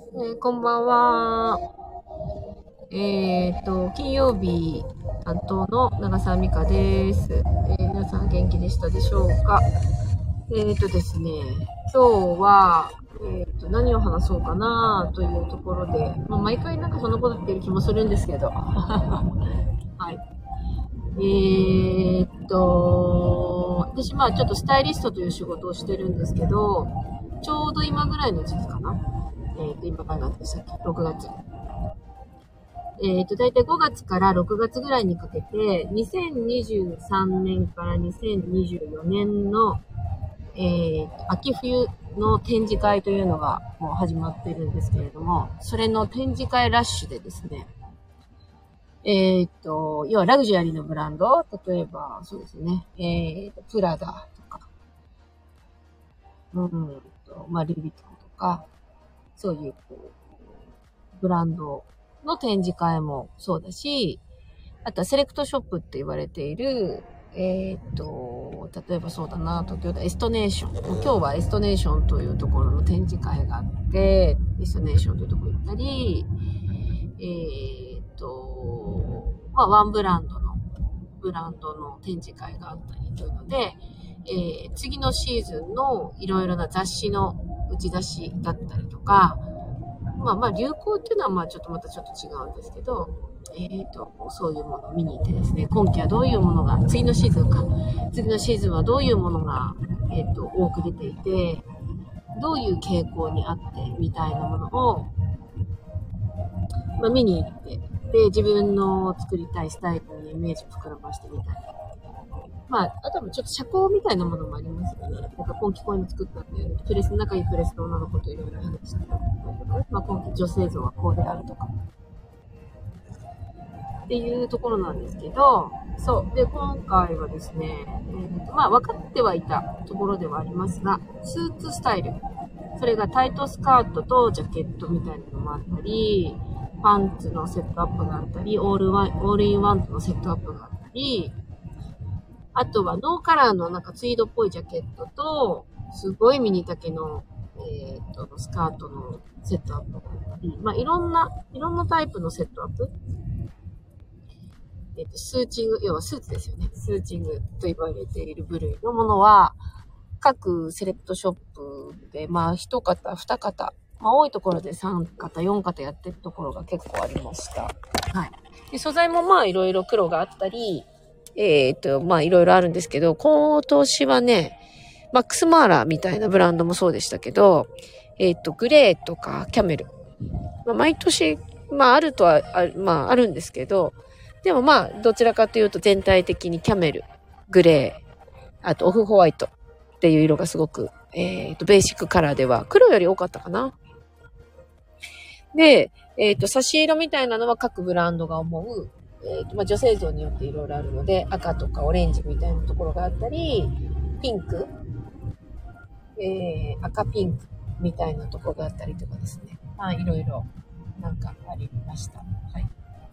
こんばんは。金曜日担当の長澤美香です。皆さん元気でしたでしょうか？ですね、今日は、何を話そうかなというところで、毎回なんかそんなこと言ってる気もするんですけど。はい。私ちょっとスタイリストという仕事をしてるんですけど、ちょうど今ぐらいの時期かな。今から何でしたっけ？ 6 月。だいたい5月から6月ぐらいにかけて、2023年から2024年の、秋冬の展示会というのがもう始まっているんですけれども、それの展示会ラッシュでですね、要はラグジュアリーのブランド、例えば、そうですね、プラダとか、ルイ・ヴィトンとか、そういう、ブランドの展示会もそうだし、あとはセレクトショップって言われている、例えばそうだな、東京でエストネーション。今日はエストネーションというところの展示会があって、エストネーションというところ行ったり、ワンブランドの展示会があったりというので、次のシーズンのいろいろな雑誌の打ち出しだったりとか、流行っていうのはまたちょっと違うんですけど、そういうものを見に行ってですね、今季はどういうものが、次のシーズンはどういうものが、多く出ていて、どういう傾向にあって、みたいなものを、見に行って、で、自分の作りたいスタイルにイメージを膨らましてみたり。あとはちょっと社交みたいなものもありますよね。なんか今季こういうの作ったっていう、仲いいプレスの女の子といろいろ話してたりとか、今季女性像はこうであるとか。っていうところなんですけど、そう。で、今回はですね、分かってはいたところではありますが、スーツスタイル。それがタイトスカートとジャケットみたいなのもあったり、パンツのセットアップがあったり、オールインワンのセットアップがあったり、あとはノーカラーのなんかツイードっぽいジャケットと、すごいミニ丈の、スカートのセットアップがあったり、いろんなタイプのセットアップ。スーチング、要はスーツですよね。スーチングと言われている部類のものは、各セレクトショップで、一型、二型、多いところで三型、四型やってるところが結構ありました。はい。で、素材もいろいろ黒があったり、いろいろあるんですけど、今年はね、マックスマーラーみたいなブランドもそうでしたけど、グレーとかキャメル。毎年、あるとは、あるんですけど、でもどちらかというと全体的にキャメル、グレー、あとオフホワイトっていう色がすごく、ベーシックカラーでは黒より多かったかな。で、差し色みたいなのは各ブランドが思う、女性像によっていろいろあるので、赤とかオレンジみたいなところがあったり、ピンク、赤ピンクみたいなところがあったりとかですね。いろいろなんかありました。はい。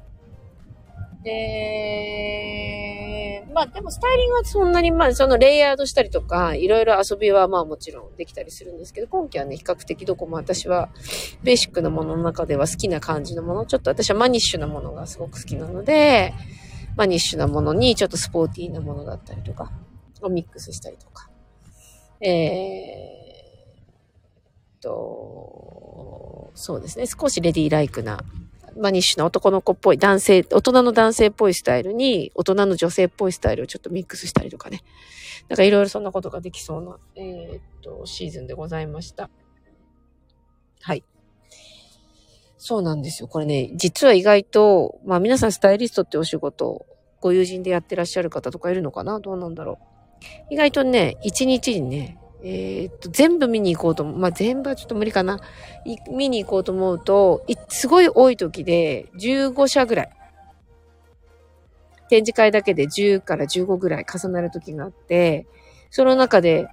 で、でもスタイリングはそんなにそのレイヤードしたりとか、いろいろ遊びはもちろんできたりするんですけど、今季はね、比較的どこも私はベーシックなものの中では好きな感じのもの、ちょっと私はマニッシュなものがすごく好きなので、マニッシュなものにちょっとスポーティーなものだったりとか、をミックスしたりとか。そうですね、少しレディーライクな、マニッシュな男の子っぽい大人の男性っぽいスタイルに、大人の女性っぽいスタイルをちょっとミックスしたりとかね。なんかいろいろそんなことができそうな、シーズンでございました。はい。そうなんですよ。これね、実は意外と、皆さんスタイリストってお仕事、ご友人でやってらっしゃる方とかいるのかな？どうなんだろう。意外とね、一日にね、全部見に行こうと思う。全部はちょっと無理かな。見に行こうと思うと、すごい多い時で15社ぐらい。展示会だけで10から15ぐらい重なる時があって、その中で、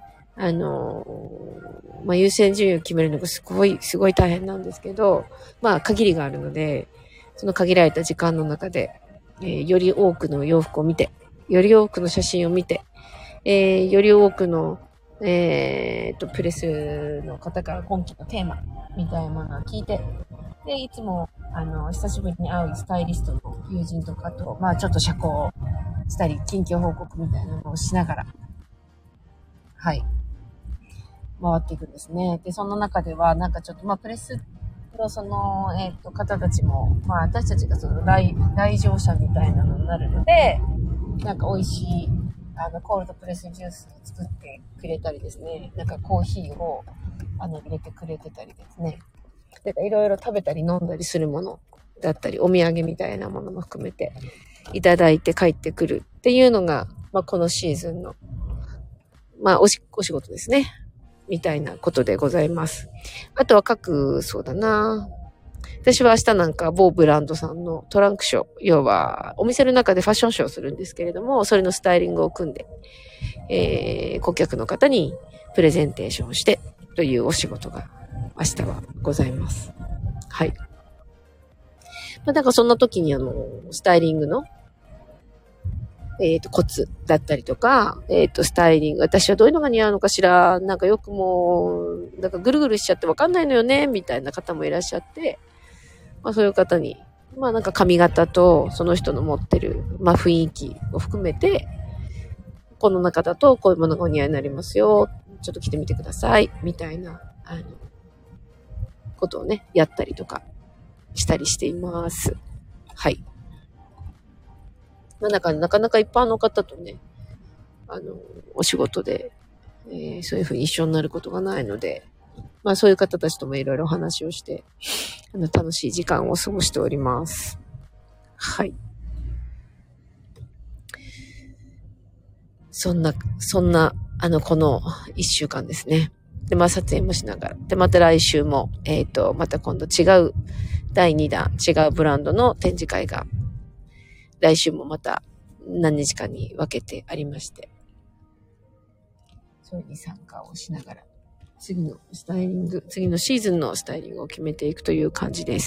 優先順位を決めるのがすごい大変なんですけど、限りがあるので、その限られた時間の中で、より多くの洋服を見て、より多くの写真を見て、より多くのプレスの方から今期のテーマみたいなものを聞いて、で、いつも、久しぶりに会うスタイリストの友人とかと、まあちょっと社交をしたり、近況報告みたいなのをしながら、はい、回っていくんですね。で、その中では、なんかちょっと、まあプレスのその、方たちも、まあ私たちがその来場者みたいなのになるので、なんか美味しい、コールドプレスジュースを作ってくれたりですね。なんかコーヒーを、入れてくれてたりですね。いろいろ食べたり飲んだりするものだったり、お土産みたいなものも含めていただいて帰ってくるっていうのが、まあ、このシーズンの、まあ、お仕事ですね。みたいなことでございます。あとはそうだな。私は明日なんか某ブランドさんのトランクショー、要はお店の中でファッションショーをするんですけれども、それのスタイリングを組んで、顧客の方にプレゼンテーションをしてというお仕事が明日はございます。はい。まあ、なんかそんな時にスタイリングの、コツだったりとか、スタイリング、私はどういうのが似合うのかしら、なんかよくもう、なんかぐるぐるしちゃってわかんないのよね、みたいな方もいらっしゃって、まあそういう方に、まあなんか髪型とその人の持ってる、まあ雰囲気を含めて、この中だとこういうものがお似合いになりますよ、ちょっと着てみてください、みたいな、ことをね、やったりとかしたりしています。はい。まあなかなか一般の方とね、お仕事で、そういうふうに一緒になることがないので、まあそういう方たちともいろいろお話をして、楽しい時間を過ごしております。はい。そんな、この一週間ですね。で、まあ撮影もしながら。で、また来週も、また今度違う第2弾、違うブランドの展示会が、来週もまた何日かに分けてありまして、それに参加をしながら、次のシーズンのスタイリングを決めていくという感じです。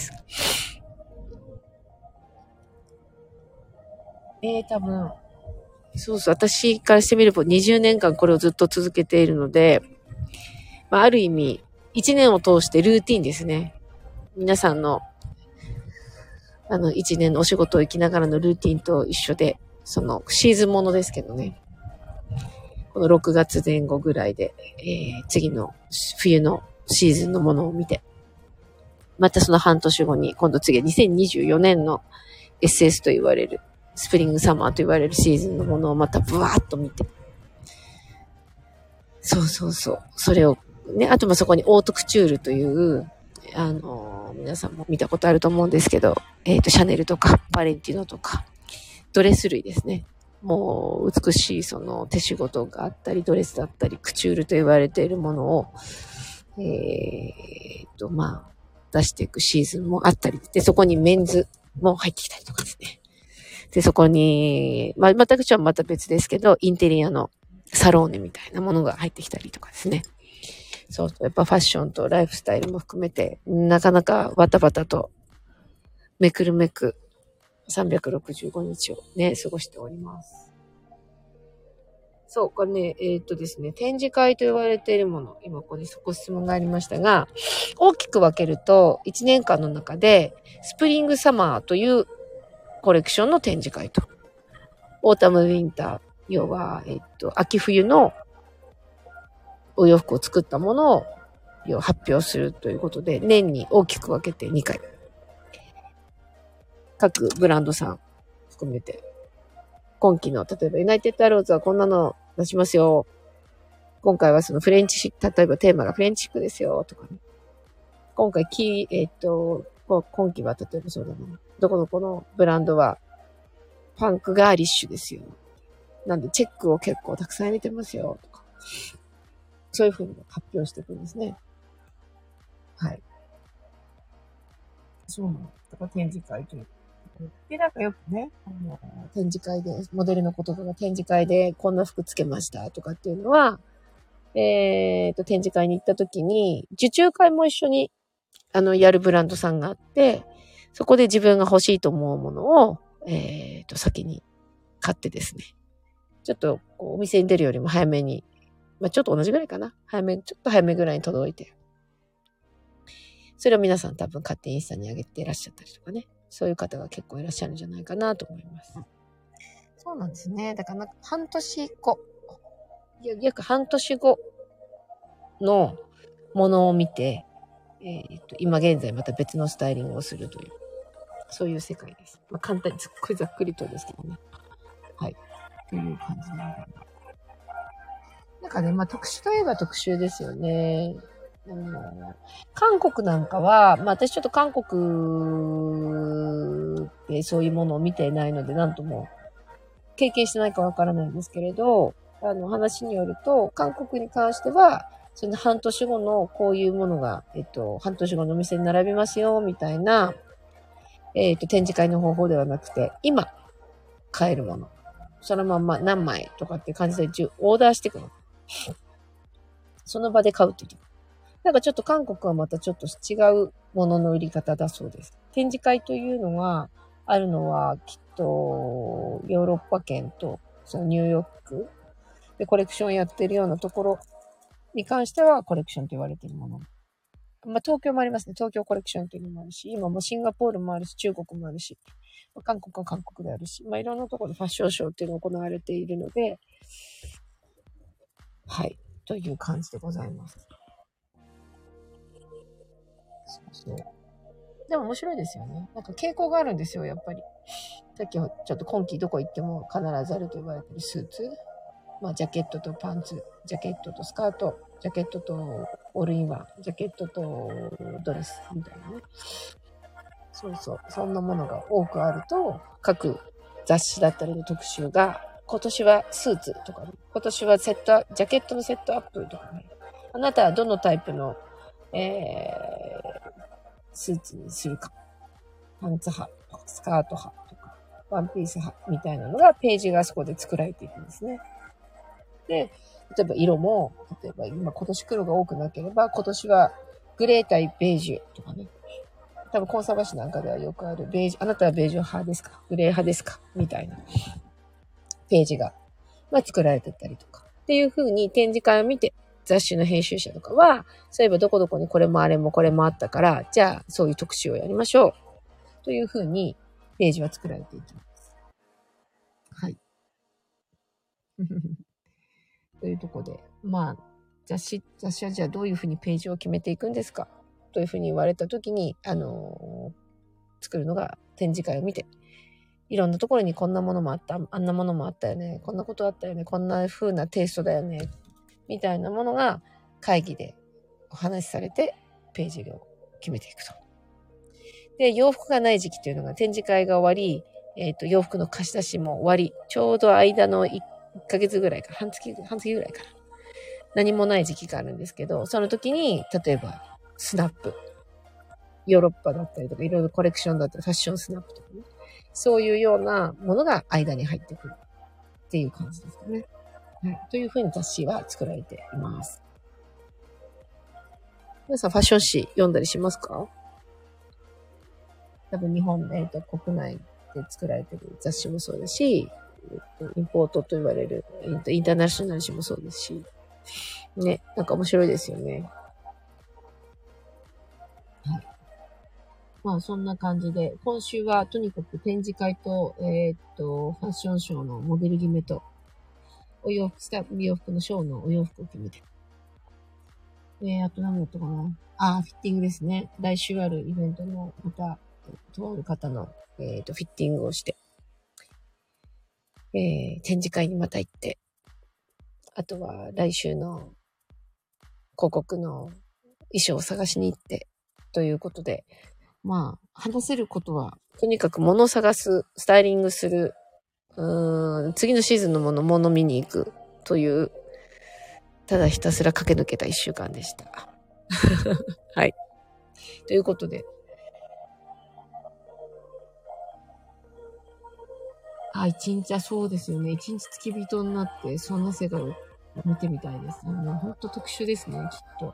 多分、そうそう、私からしてみれば20年間これをずっと続けているので、まあ、ある意味、1年を通してルーティンですね。皆さんの、1年のお仕事を行きながらのルーティンと一緒で、そのシーズンものですけどね。この6月前後ぐらいで、次の冬のシーズンのものを見て、またその半年後に、今度次2024年の SS と言われる、スプリングサマーと言われるシーズンのものをまたブワーッと見て、そう。それを、ね、あとそこにオートクチュールという、皆さんも見たことあると思うんですけど、シャネルとか、バレンティノとか、ドレス類ですね。もう、美しいその手仕事があったり、ドレスだったり、クチュールと言われているものを、まあ、出していくシーズンもあったり、で、そこにメンズも入ってきたりとかですね。で、そこに、まあ、私はまた別ですけど、インテリアのサローネみたいなものが入ってきたりとかですね。そうやっぱファッションとライフスタイルも含めて、なかなかバタバタと、めくるめく365日をね、過ごしております。そう、これね、ですね、展示会と言われているもの、今ここにご質問がありましたが、大きく分けると、1年間の中で、スプリングサマーというコレクションの展示会と、オータムウィンター、要は、秋冬のお洋服を作ったものを発表するということで、年に大きく分けて2回。各ブランドさん含めて、今期の、例えばユナイテッドアローズはこんなの出しますよ。今回はそのフレンチシック、例えばテーマがフレンチシックですよ、とかね。今回今期は例えばそうだな。どこのこのブランドは、パンクガーリッシュですよ。なんでチェックを結構たくさん入れてますよ、とか。そういうふうに発表していくんですね。はい。そうなの。だから展示会という。で、なんかよくね、展示会で、モデルの子とかが展示会でこんな服つけましたとかっていうのは、展示会に行った時に、受注会も一緒に、やるブランドさんがあって、そこで自分が欲しいと思うものを、先に買ってですね。ちょっと、お店に出るよりも早めにまあ、ちょっと同じぐらいかな。ちょっと早めぐらいに届いて。それを皆さん多分勝手にインスタに上げていらっしゃったりとかね。そういう方が結構いらっしゃるんじゃないかなと思います。そうなんですね。だから半年後、約半年後のものを見て、今現在また別のスタイリングをするという、そういう世界です。まあ、簡単にすっごいざっくりとですけどね。はい。という感じなんだ。なんかね、まあ特殊といえば特殊ですよね。韓国なんかは、まあ私ちょっと韓国でそういうものを見ていないので、なんとも経験してないかわからないんですけれど、話によると、韓国に関しては、その半年後のこういうものが、半年後のお店に並びますよ、みたいな、展示会の方法ではなくて、今、買えるもの。そのまんま何枚とかっていう感じでオーダーしていくの。その場で買うっていう。なんかちょっと韓国はまたちょっと違うものの売り方だそうです。展示会というのがあるのはきっとヨーロッパ圏とそのニューヨークでコレクションやってるようなところに関してはコレクションと言われているもの。まあ東京もありますね。東京コレクションというのもあるし、今もシンガポールもあるし、中国もあるし、韓国は韓国であるし、まあいろんなところでファッションショーっていうのが行われているので、はい、という感じでございます。そう。でも面白いですよね。なんか傾向があるんですよ、やっぱり。さっきはちょっと今季どこ行っても必ずあると言われているスーツ。まあジャケットとパンツ、ジャケットとスカート、ジャケットとオールインワン、ジャケットとドレスみたいなね。そうそう。そんなものが多くあると、各雑誌だったりの特集が、今年はスーツとかね、今年はジャケットのセットアップとかね。あなたはどのタイプの、スーツにするか。パンツ派とか、スカート派とか、ワンピース派みたいなのが、ページがそこで作られていくんですね。で、例えば色も、例えば今年黒が多くなければ、今年はグレー対ベージュとかね。多分コンサバ誌なんかではよくあるベージュ、あなたはベージュ派ですか？グレー派ですか？みたいなページが、まあ、作られてたりとか。っていう風に展示会を見て、雑誌の編集者とかは、そういえばどこどこにこれもあれもこれもあったから、じゃあそういう特集をやりましょう。という風にページは作られていきます。はい。というところで、まあ、雑誌はじゃあどういう風にページを決めていくんですかという風に言われたときに、作るのが展示会を見て、いろんなところにこんなものもあった、あんなものもあったよね、こんなことあったよね、こんな風なテイストだよね、みたいなものが会議でお話しされて、ページを決めていくと。で、洋服がない時期というのが展示会が終わり、洋服の貸し出しも終わり、ちょうど間の1ヶ月ぐらいか、半月ぐらいかな。何もない時期があるんですけど、その時に、例えば、スナップ。ヨーロッパだったりとか、いろいろコレクションだったり、ファッションスナップとかね。そういうようなものが間に入ってくるっていう感じですかね。はい。というふうに雑誌は作られています。皆さんファッション誌読んだりしますか？多分日本、国内で作られている雑誌もそうですし、インポートと言われるインターナショナル誌もそうですし、ね、なんか面白いですよね。はい。まあそんな感じで、今週はとにかく展示会と、ファッションショーのモデル決めと、お洋服のショーのお洋服を決めて。あと何だったかな。フィッティングですね。来週あるイベントの、また、とある方の、フィッティングをして、展示会にまた行って、あとは来週の広告の衣装を探しに行って、ということで、まあ、話せることは、とにかく物を探す、スタイリングする、次のシーズンのもの見に行くという、ただひたすら駆け抜けた一週間でした。はい。ということで。一日、そうですよね。一日付き人になって、そんな世界を見てみたいですね。もうほんと特殊ですね、きっと。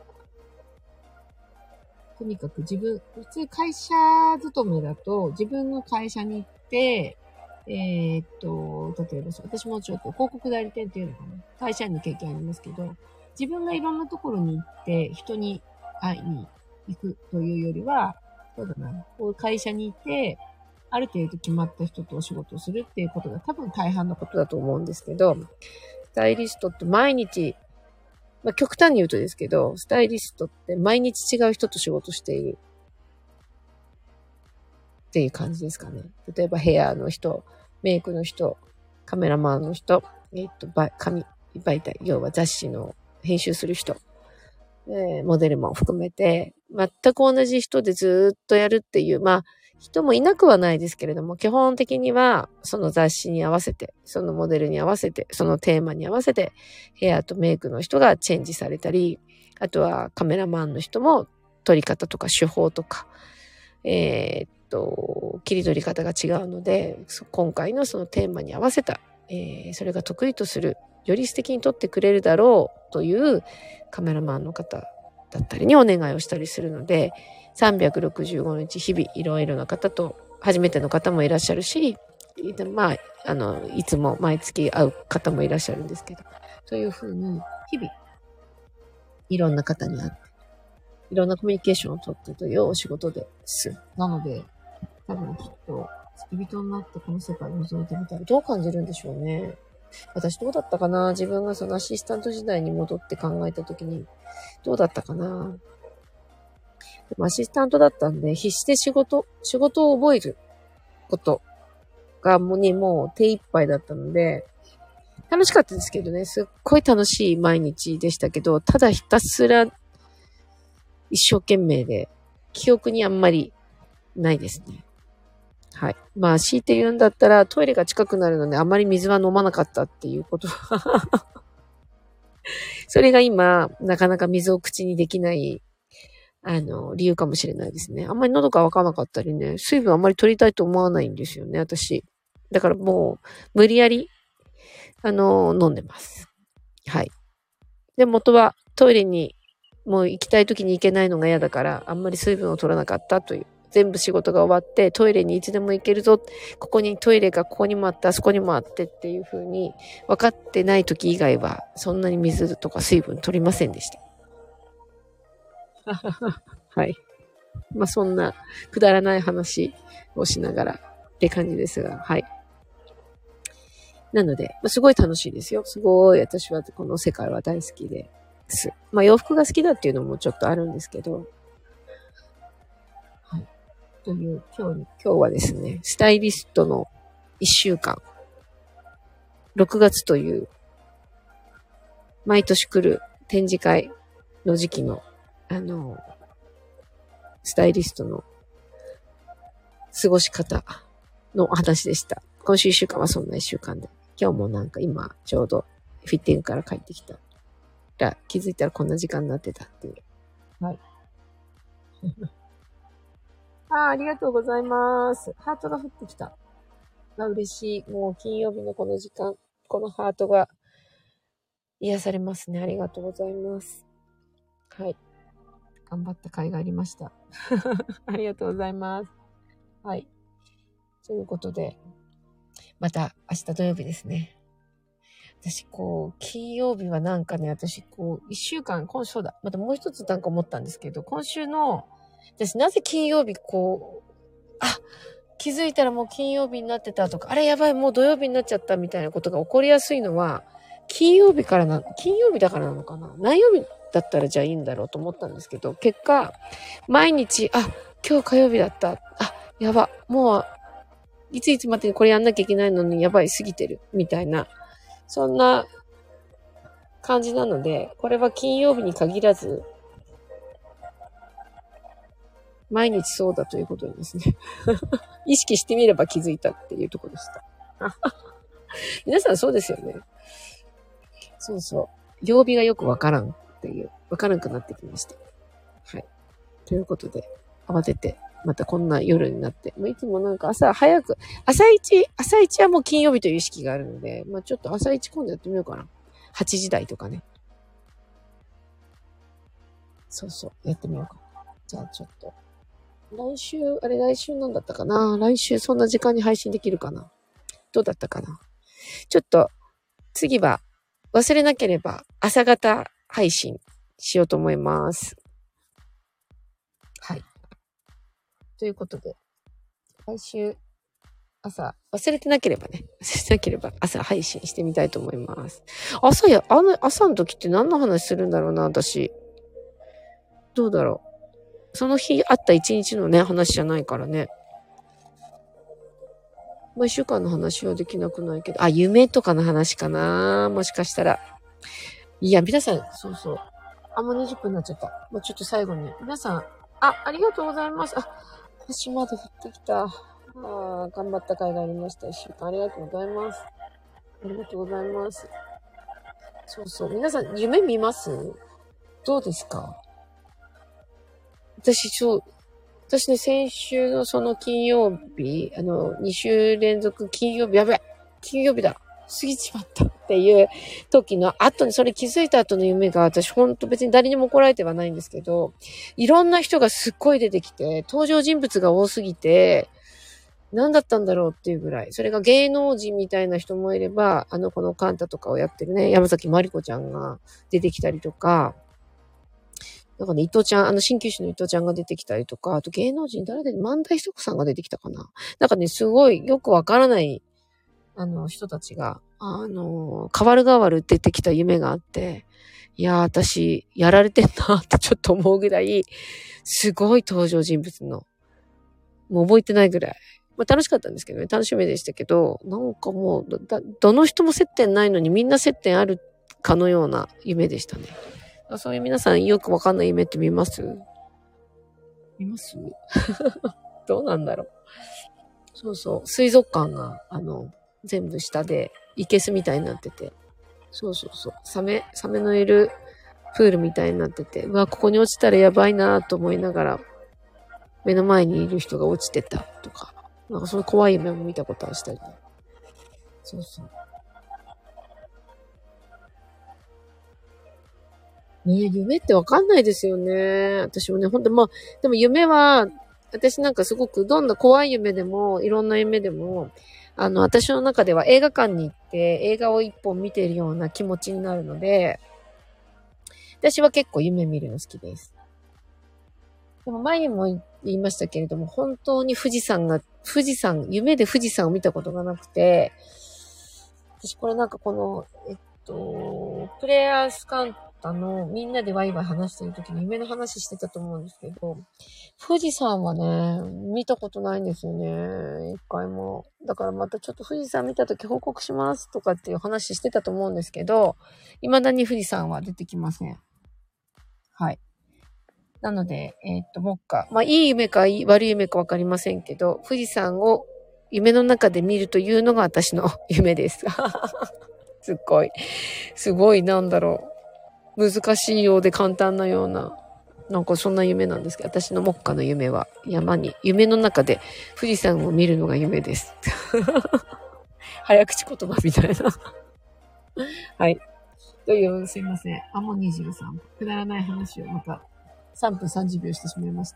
とにかく普通会社勤めだと、自分の会社に行って、 例えば私もちょっと広告代理店っていうのかな。会社員の経験ありますけど、自分がいろんなところに行って人に会いに行くというよりは、そうだな、こう会社にいて、ある程度決まった人とお仕事をするっていうことが多分大半のことだと思うんですけど、スタイリストって毎日、極端に言うとですけど、スタイリストって毎日違う人と仕事しているっていう感じですかね。例えばヘアの人、メイクの人、カメラマンの人、紙媒体、要は雑誌の編集する人、モデルも含めて、全く同じ人でずっとやるっていう、人もいなくはないですけれども、基本的には、その雑誌に合わせて、そのモデルに合わせて、そのテーマに合わせて、ヘアとメイクの人がチェンジされたり、あとはカメラマンの人も撮り方とか手法とか、切り取り方が違うので、今回のそのテーマに合わせた、それが得意とする、より素敵に撮ってくれるだろうというカメラマンの方だったりにお願いをしたりするので、365日日々いろいろな方と、初めての方もいらっしゃるし、いつも毎月会う方もいらっしゃるんですけど、そういうふうに日々いろんな方に会って、いろんなコミュニケーションをとってというお仕事です。なので、多分きっと付き人になってこの世界を覗いてみたらどう感じるんでしょうね。私どうだったかな。自分がそのアシスタント時代に戻って考えたときにどうだったかな。でもアシスタントだったんで必死で仕事を覚えることがもう手一杯だったので、楽しかったですけどね、すっごい楽しい毎日でしたけど、ただひたすら一生懸命で記憶にあんまりないですね。はい。強いて言うんだったら、トイレが近くなるので、あまり水は飲まなかったっていうことはそれが今、なかなか水を口にできない、理由かもしれないですね。あんまり喉が渇かなかったりね、水分あんまり取りたいと思わないんですよね、私。だからもう、無理やり、飲んでます。はい。で、元はトイレに、もう行きたい時に行けないのが嫌だから、あんまり水分を取らなかったという。全部仕事が終わってトイレにいつでも行けるぞ。ここにトイレがここにもあって、あそこにもあってっていう風に分かってない時以外はそんなに水とか水分取りませんでした。はい。そんなくだらない話をしながらって感じですが、はい。なので、すごい楽しいですよ。すごい私はこの世界は大好きです。洋服が好きだっていうのもちょっとあるんですけど、はい。という今日はですね、スタイリストの1週間、6月という毎年来る展示会の時期の、スタイリストの過ごし方のお話でした。今週1週間はそんな1週間で。今日もなんか今ちょうどフィッティングから帰ってきたら気づいたらこんな時間になってたっていう。はい。ありがとうございます。ハートが降ってきた。嬉しい。もう金曜日のこの時間、このハートが癒されますね。ありがとうございます。はい。頑張った甲斐がありました。ありがとうございます。はい。ということで、また明日土曜日ですね。私、金曜日はなんかね、一週間、そうだ、またもう一つなんか思ったんですけど、今週の、私なぜ金曜日気づいたらもう金曜日になってたとか、あれやばい、もう土曜日になっちゃったみたいなことが起こりやすいのは、金曜日だからなのかな。何曜日だったらじゃあいいんだろうと思ったんですけど、結果、毎日、今日火曜日だった。やば、もう、いついつまでにこれやんなきゃいけないのにやばい、過ぎてる。みたいな、そんな感じなので、これは金曜日に限らず、毎日そうだということにですね。意識してみれば気づいたっていうところでした。皆さんそうですよね。そうそう。曜日がよくわからんっていう、わからんくなってきました。はい。ということで、慌てて、またこんな夜になって、いつもなんか朝一はもう金曜日という意識があるので、ちょっと朝一今度やってみようかな。8時台とかね。そうそう、やってみようかな。じゃあちょっと。来週なんだったかな。来週そんな時間に配信できるかな。 どうだったかな。ちょっと、次は、忘れなければ朝方配信しようと思います。はい。ということで、来週、朝、忘れてなければ朝配信してみたいと思います。朝の時って何の話するんだろうな、私。どうだろう。その日あった一日のね、話じゃないからね。一週間の話はできなくないけど、夢とかの話かな、もしかしたら。いや、皆さん、そうそう。もう20分になっちゃった。もうちょっと最後に。皆さん、ありがとうございます。星まで降ってきた。頑張った甲斐がありました。1週間ありがとうございます。ありがとうございます。そうそう。皆さん、夢見ます？どうですか？私ね、先週のその金曜日、2週連続金曜日、やべえ金曜日だ過ぎちまったっていう時の後に、それ気づいた後の夢が、私ほんと別に誰にも怒られてはないんですけど、いろんな人がすっごい出てきて、登場人物が多すぎて、何だったんだろうっていうぐらい。それが芸能人みたいな人もいれば、このカンタとかをやってるね、山崎まりこちゃんが出てきたりとか、なんかね、伊藤ちゃん、鍼灸師の伊藤ちゃんが出てきたりとか、あと芸能人誰で、万代ひと子さんが出てきたかな。なんかね、すごいよくわからない、人たちが、変わる変わる出てきた夢があって、いやー、私、やられてんなってちょっと思うぐらい、すごい登場人物の、もう覚えてないぐらい。楽しかったんですけどね、楽しみでしたけど、なんかもう、どの人も接点ないのにみんな接点あるかのような夢でしたね。そういう皆さんよくわかんない夢って見ます？どうなんだろう。そうそう。水族館が、全部下で、生けすみたいになってて。そうそうそう。サメのいるプールみたいになってて、うわ、ここに落ちたらやばいなと思いながら、目の前にいる人が落ちてたとか、なんかそういう怖い夢も見たことあしたり。そうそう。ね、夢ってわかんないですよね。私もね、ほんとでも夢は、私なんかすごくどんな怖い夢でも、いろんな夢でも、私の中では映画館に行って映画を一本見ているような気持ちになるので、私は結構夢見るの好きです。でも前にも言いましたけれども、本当に夢で富士山を見たことがなくて、私これなんかこの、プレイヤースカンタのみんなでワイワイ話してる時に夢の話してたと思うんですけど、富士山はね、見たことないんですよね。一回も。だからまたちょっと富士山見た時報告しますとかっていう話してたと思うんですけど、未だに富士山は出てきません。はい。なので、もっか。いい夢か悪い夢かわかりませんけど、富士山を夢の中で見るというのが私の夢です。すごい、なんだろう。難しいようで簡単なような、なんかそんな夢なんですけど、私の目下の夢は夢の中で富士山を見るのが夢です。早口言葉みたいな。はい。すいません。もう23分。くだらない話をまた3分30秒してしまいました。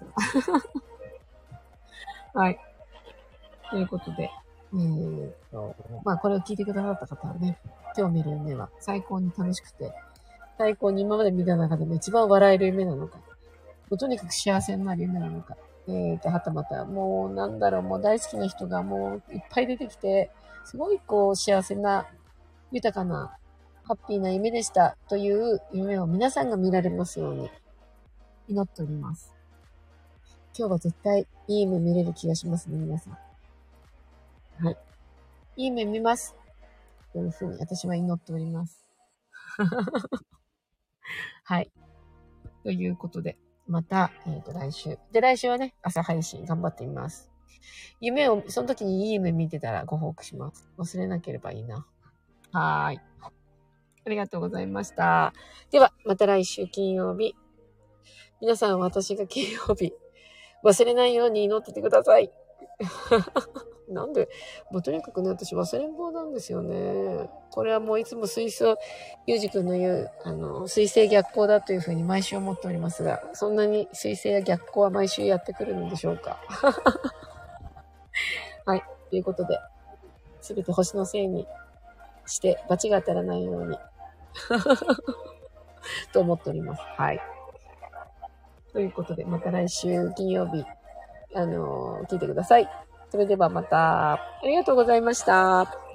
はい。ということで、これを聞いてくださった方はね、今日見る夢は最高に楽しくて、最高に今まで見た中でも一番笑える夢なのか、とにかく幸せになる夢なのか、はたまた、もう大好きな人がもういっぱい出てきて、すごい幸せな、豊かな、ハッピーな夢でしたという夢を皆さんが見られますように祈っております。今日は絶対いい夢見れる気がしますね、皆さん。はい。いい夢見ます。というふうに私は祈っております。はい。ということで、また、来週。で、来週はね、朝配信頑張ってみます。その時にいい夢見てたらご報告します。忘れなければいいな。はーい。ありがとうございました。では、また来週金曜日。皆さん、私が金曜日、忘れないように祈っててください。なんで、とにかくね、私忘れん坊なんですよね。これはもういつもゆうじくんの言う、水星逆行だというふうに毎週思っておりますが、そんなに水星や逆行は毎週やってくるのでしょうか。はい。ということで、 すべて星のせいにして、罰が当たらないように。と思っております。はい。ということで、また来週金曜日、聞いてください。それではまた、ありがとうございました。